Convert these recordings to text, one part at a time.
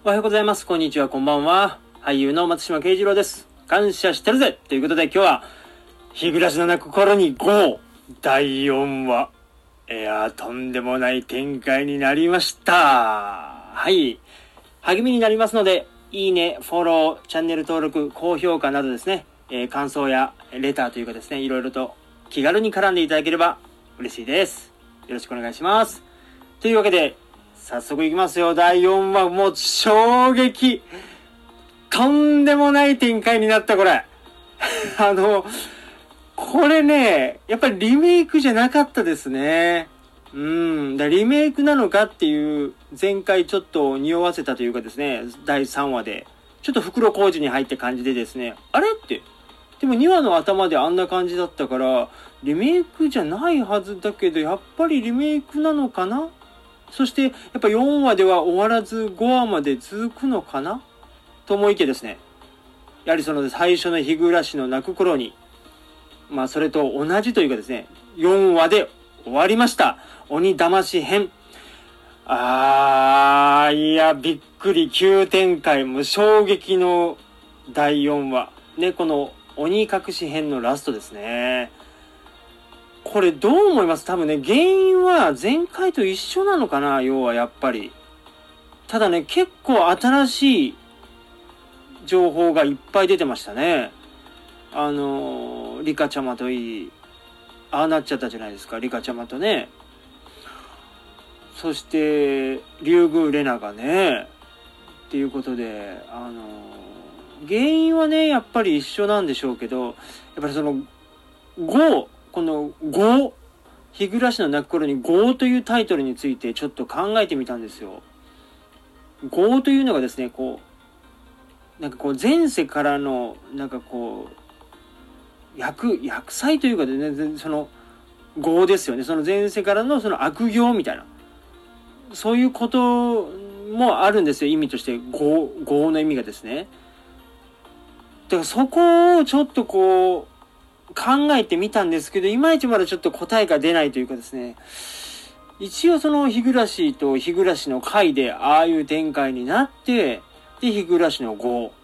おはようございます。こんにちは。こんばんは。俳優の松島慶次郎です。感謝してるぜということで今日は日暮らしの泣く頃に5第4話。とんでもない展開になりました。はい。励みになりますので、いいね、フォロー、チャンネル登録、高評価などですね、感想やレターというかですね、いろいろと気軽に絡んでいただければ嬉しいです。よろしくお願いします。というわけで、早速いきますよ。第4話、もう衝撃。とんでもない展開になった、これ。これね、やっぱりリメイクじゃなかったですね。リメイクなのかっていう、前回ちょっと匂わせたというかですね、第3話で、ちょっと袋小路に入った感じでですね、あれって、でも2話の頭であんな感じだったから、リメイクじゃないはずだけど、やっぱりリメイクなのかな？そして、やっぱ4話では終わらず5話まで続くのかなと思いきやですね、やはりその最初の日暮らしの泣く頃に、それと同じというかですね、4話で終わりました。鬼騙し編。いや、びっくり、急展開、もう衝撃の第4話。ね、この鬼隠し編のラストですね。これどう思います？多分ね、原因は前回と一緒なのかな？要はやっぱり。ただね、結構新しい情報がいっぱい出てましたね。リカちゃまといい、ああなっちゃったじゃないですか、リカちゃまとね。そして、竜宮レナがね、っていうことで、原因はね、やっぱり一緒なんでしょうけど、やっぱりその、この5、日暮らしの泣く頃に5というタイトルについてちょっと考えてみたんですよ。5というのがですね、前世からの、厄災というかでね、その業ですよね。その前世からのその悪行みたいな。そういうこともあるんですよ。意味として、業の意味がですね。だからそこをちょっと考えてみたんですけど、いまいちまだちょっと答えが出ないというかですね。一応その日暮らしと日暮らしの会でああいう展開になって、で、日暮らしの業。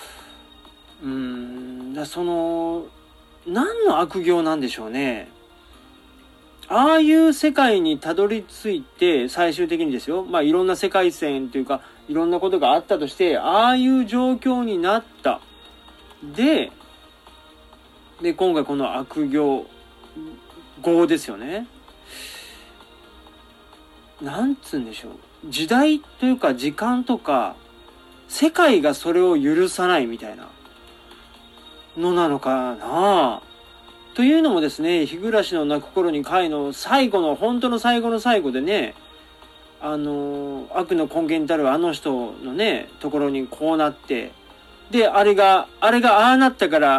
何の悪行なんでしょうね。ああいう世界にたどり着いて、最終的にですよ。いろんな世界線というか、いろんなことがあったとして、ああいう状況になった。で、今回この悪行、業ですよね。なんつうんでしょう。時代というか、時間とか、世界がそれを許さないみたいなのなのかな。というのもですね、日暮らしの泣く頃に回の最後の、本当の最後の最後でね、悪の根源たるあの人のね、ところにこうなって、で、あれがああなったから、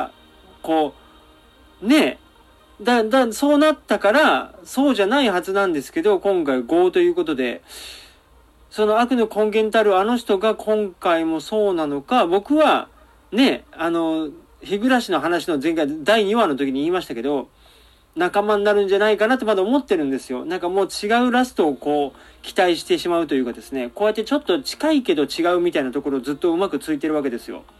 そうなったから、そうじゃないはずなんですけど、今回業ということで、その悪の根源たるあの人が今回もそうなのか、僕は、ね、日暮らしの話の前回、第2話の時に言いましたけど、仲間になるんじゃないかなってまだ思ってるんですよ。もう違うラストを期待してしまうというかですね、こうやってちょっと近いけど違うみたいなところをずっとうまくついてるわけですよ。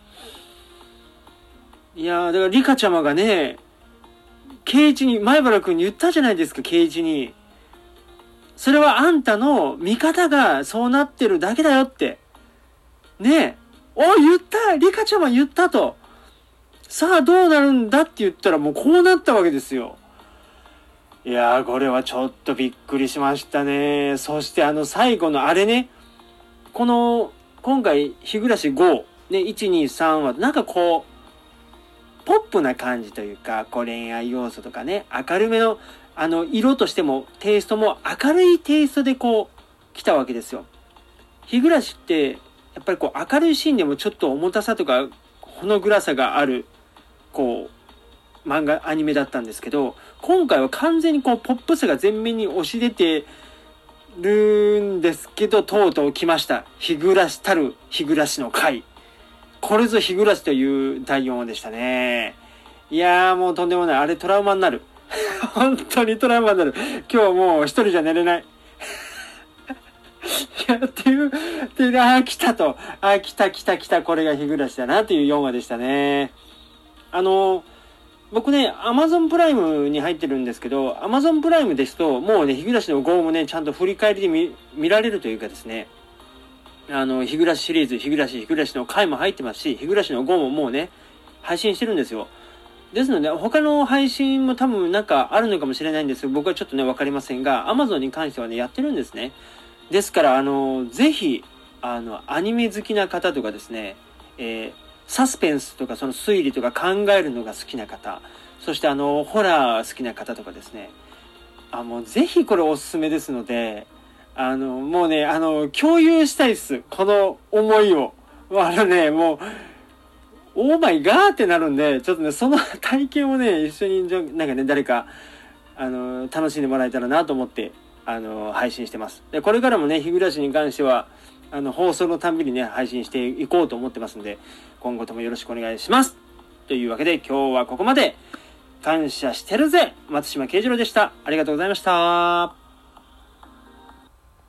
いやー、だからリカちゃまがね、ケイイチに、前原くんに言ったじゃないですか、ケイイチに。それはあんたの見方がそうなってるだけだよって。ねえ。言ったリカちゃま言ったと。さあどうなるんだって言ったらもうこうなったわけですよ。いやー、これはちょっとびっくりしましたね。そして最後のあれね、今回日暮らし5、ね、1、2、3はポップな感じというか、恋愛要素とかね、明るめの、色としても、テイストも明るいテイストで来たわけですよ。日暮らしって、やっぱり明るいシーンでもちょっと重たさとか、ほの暗さがある、漫画、アニメだったんですけど、今回は完全にポップさが前面に押し出てるんですけど、とうとう来ました。日暮らしたる日暮らしの回。これぞ日暮らしという第4話でしたね。いやー、もうとんでもない。あれトラウマになる。本当にトラウマになる。今日はもう一人じゃ寝れない。 や、っていう、来たと。来た、これが日暮だな、という4話でしたね。僕ね、Amazon プライムに入ってるんですけど、Amazon プライムですと、もうね、日暮の号もね、ちゃんと振り返りで見られるというかですね、日暮シリーズ、日暮の回も入ってますし、日暮の号ももうね、配信してるんですよ。ですので、他の配信も多分なんかあるのかもしれないんですけど、僕はちょっとね、わかりませんが、Amazon に関してはね、やってるんですね。ですから、ぜひ、アニメ好きな方とかですね、サスペンスとかその推理とか考えるのが好きな方、そしてホラー好きな方とかですね、もうぜひこれおすすめですので、もうね、共有したいです。この思いを。もう、オーマイガーってなるんで、ちょっとね、その体験をね、一緒に、なんかね、誰か、楽しんでもらえたらなと思って、配信してます。で、これからもね、日暮に関しては、放送のたんびにね、配信していこうと思ってますんで、今後ともよろしくお願いします。というわけで、今日はここまで。感謝してるぜ松島慶次郎でした。ありがとうございました。